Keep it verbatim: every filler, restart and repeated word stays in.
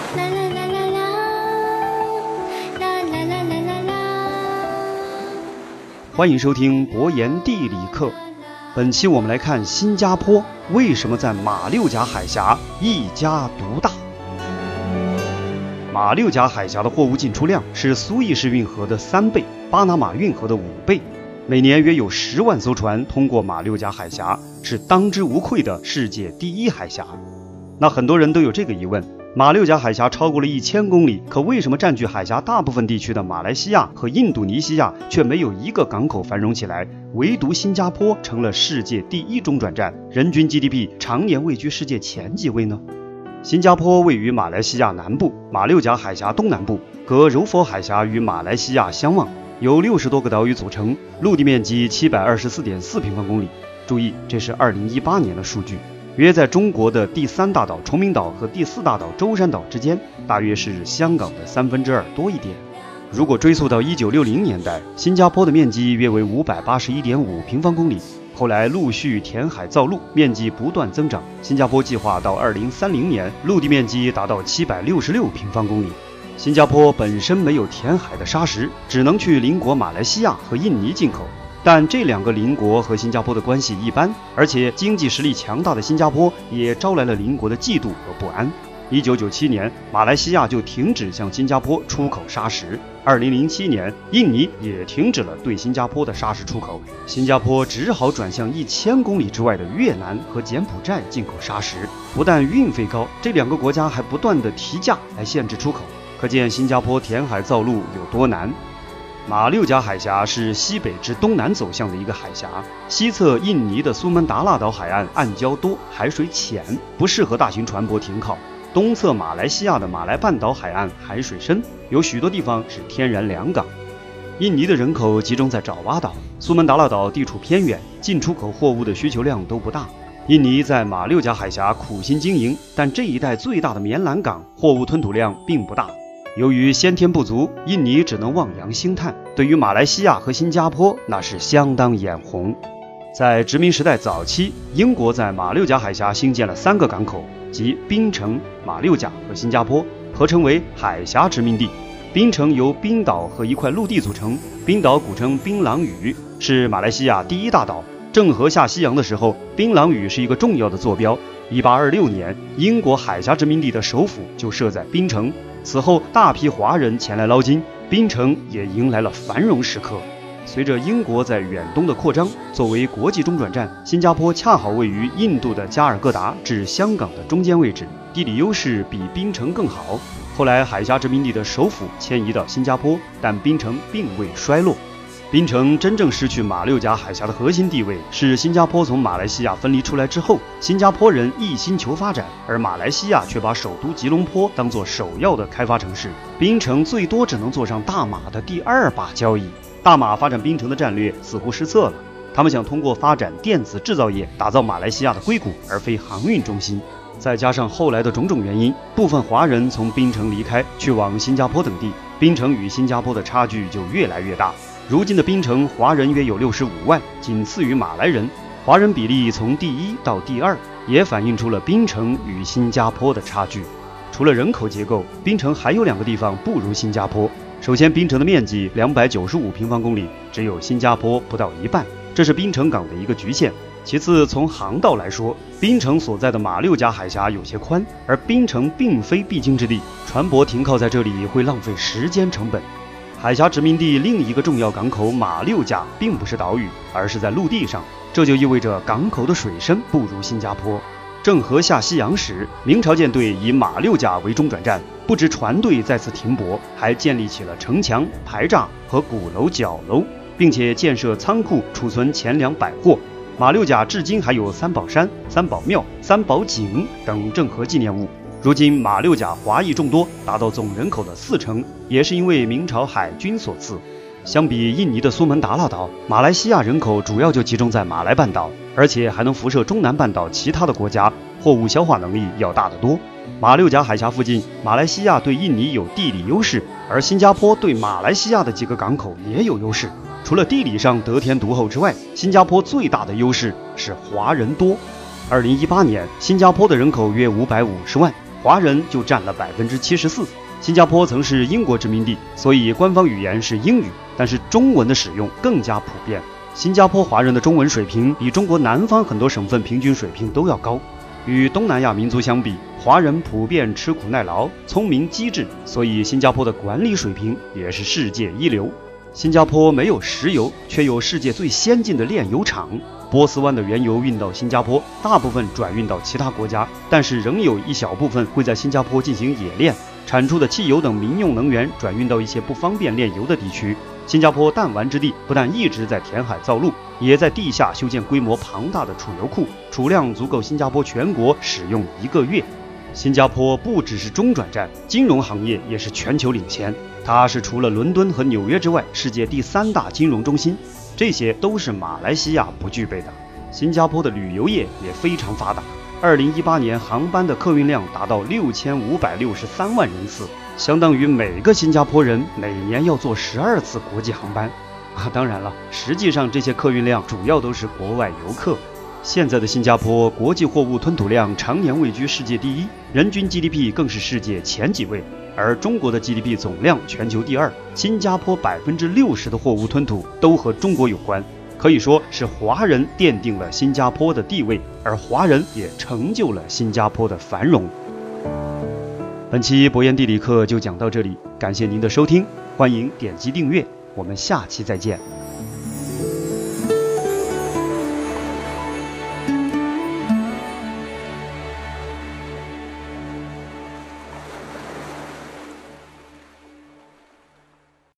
欢迎收听博言地理课。本期我们来看新加坡为什么在马六甲海峡一家独大。马六甲海峡的货物进出量是苏伊士运河的三倍，巴拿马运河的五倍，每年约有十万艘船通过马六甲海峡，是当之无愧的世界第一海峡。那很多人都有这个疑问，马六甲海峡超过了一千公里，可为什么占据海峡大部分地区的马来西亚和印度尼西亚却没有一个港口繁荣起来，唯独新加坡成了世界第一中转站，人均 G D P 常年位居世界前几位呢？新加坡位于马来西亚南部，马六甲海峡东南部，隔柔佛海峡与马来西亚相望，由六十多个岛屿组成，陆地面积 七百二十四点四平方公里。注意，这是二零一八年的数据，约在中国的第三大岛崇明岛和第四大岛舟山岛之间，大约是香港的三分之二多一点。如果追溯到一九六零年代，新加坡的面积约为五百八十一点五平方公里，后来陆续填海造陆，面积不断增长。新加坡计划到二零三零年，陆地面积达到七百六十六平方公里。新加坡本身没有填海的砂石，只能去邻国马来西亚和印尼进口。但这两个邻国和新加坡的关系一般，而且经济实力强大的新加坡也招来了邻国的嫉妒和不安。一九九七年，马来西亚就停止向新加坡出口砂石。二零零七年，印尼也停止了对新加坡的砂石出口，新加坡只好转向一千公里之外的越南和柬埔寨进口砂石。不但运费高，这两个国家还不断地提价来限制出口，可见新加坡填海造陆有多难。马六甲海峡是西北至东南走向的一个海峡，西侧印尼的苏门答腊岛海岸暗礁多，海水浅，不适合大型船舶停靠。东侧马来西亚的马来半岛海岸海水深，有许多地方是天然良港。印尼的人口集中在爪哇岛，苏门答腊岛地处偏远，进出口货物的需求量都不大。印尼在马六甲海峡苦心经营，但这一带最大的棉兰港货物吞吐量并不大。由于先天不足，印尼只能望洋兴叹，对于马来西亚和新加坡那是相当眼红。在殖民时代早期，英国在马六甲海峡兴建了三个港口，即槟城、马六甲和新加坡，合称为海峡殖民地。槟城由冰岛和一块陆地组成，冰岛古称槟榔屿，是马来西亚第一大岛。郑和下西洋的时候，槟榔屿是一个重要的坐标。一八二六年，英国海峡殖民地的首府就设在槟城。此后，大批华人前来捞金，槟城也迎来了繁荣时刻。随着英国在远东的扩张，作为国际中转站，新加坡恰好位于印度的加尔各答至香港的中间位置，地理优势比槟城更好。后来，海峡殖民地的首府迁移到新加坡，但槟城并未衰落。槟城真正失去马六甲海峡的核心地位，是新加坡从马来西亚分离出来之后，新加坡人一心求发展，而马来西亚却把首都吉隆坡当作首要的开发城市，槟城最多只能坐上大马的第二把交椅。大马发展槟城的战略似乎失策了，他们想通过发展电子制造业打造马来西亚的硅谷，而非航运中心。再加上后来的种种原因，部分华人从槟城离开，去往新加坡等地，槟城与新加坡的差距就越来越大。如今的槟城华人约有六十五万，仅次于马来人，华人比例从第一到第二，也反映出了槟城与新加坡的差距。除了人口结构，槟城还有两个地方不如新加坡。首先，槟城的面积两百九十五平方公里，只有新加坡不到一半，这是槟城港的一个局限。其次，从航道来说，槟城所在的马六甲海峡有些宽，而槟城并非必经之地，船舶停靠在这里会浪费时间成本。海峡殖民地另一个重要港口马六甲并不是岛屿，而是在陆地上，这就意味着港口的水深不如新加坡。郑和下西洋时，明朝舰队以马六甲为中转站，不止船队在此停泊，还建立起了城墙、排栅和鼓楼、角楼，并且建设仓库储存钱粮百货。马六甲至今还有三宝山、三宝庙、三宝井等郑和纪念物。如今马六甲华裔众多，达到总人口的四成，也是因为明朝海军所赐。相比印尼的苏门答腊岛，马来西亚人口主要就集中在马来半岛，而且还能辐射中南半岛其他的国家，货物消化能力要大得多。马六甲海峡附近，马来西亚对印尼有地理优势，而新加坡对马来西亚的几个港口也有优势。除了地理上得天独厚之外，新加坡最大的优势是华人多。二零一八年，新加坡的人口约五百五十万， 华人就占了百分之七十四。新加坡曾是英国殖民地，所以官方语言是英语，但是中文的使用更加普遍。新加坡华人的中文水平比中国南方很多省份平均水平都要高。与东南亚民族相比，华人普遍吃苦耐劳、聪明机智，所以新加坡的管理水平也是世界一流。新加坡没有石油，却有世界最先进的炼油厂。波斯湾的原油运到新加坡，大部分转运到其他国家，但是仍有一小部分会在新加坡进行冶炼，产出的汽油等民用能源转运到一些不方便炼油的地区。新加坡弹丸之地不但一直在填海造陆，也在地下修建规模庞大的储油库，储量足够新加坡全国使用一个月。新加坡不只是中转站，金融行业也是全球领先。它是除了伦敦和纽约之外，世界第三大金融中心，这些都是马来西亚不具备的。新加坡的旅游业也非常发达，二零一八年航班的客运量达到六千五百六十三万人次，相当于每个新加坡人每年要坐十二次国际航班。啊，当然了，实际上这些客运量主要都是国外游客。现在的新加坡国际货物吞吐量常年位居世界第一，人均 G D P 更是世界前几位，而中国的 G D P 总量全球第二。新加坡百分之六十的货物吞吐都和中国有关，可以说是华人奠定了新加坡的地位，而华人也成就了新加坡的繁荣。本期博言地理课就讲到这里，感谢您的收听，欢迎点击订阅，我们下期再见。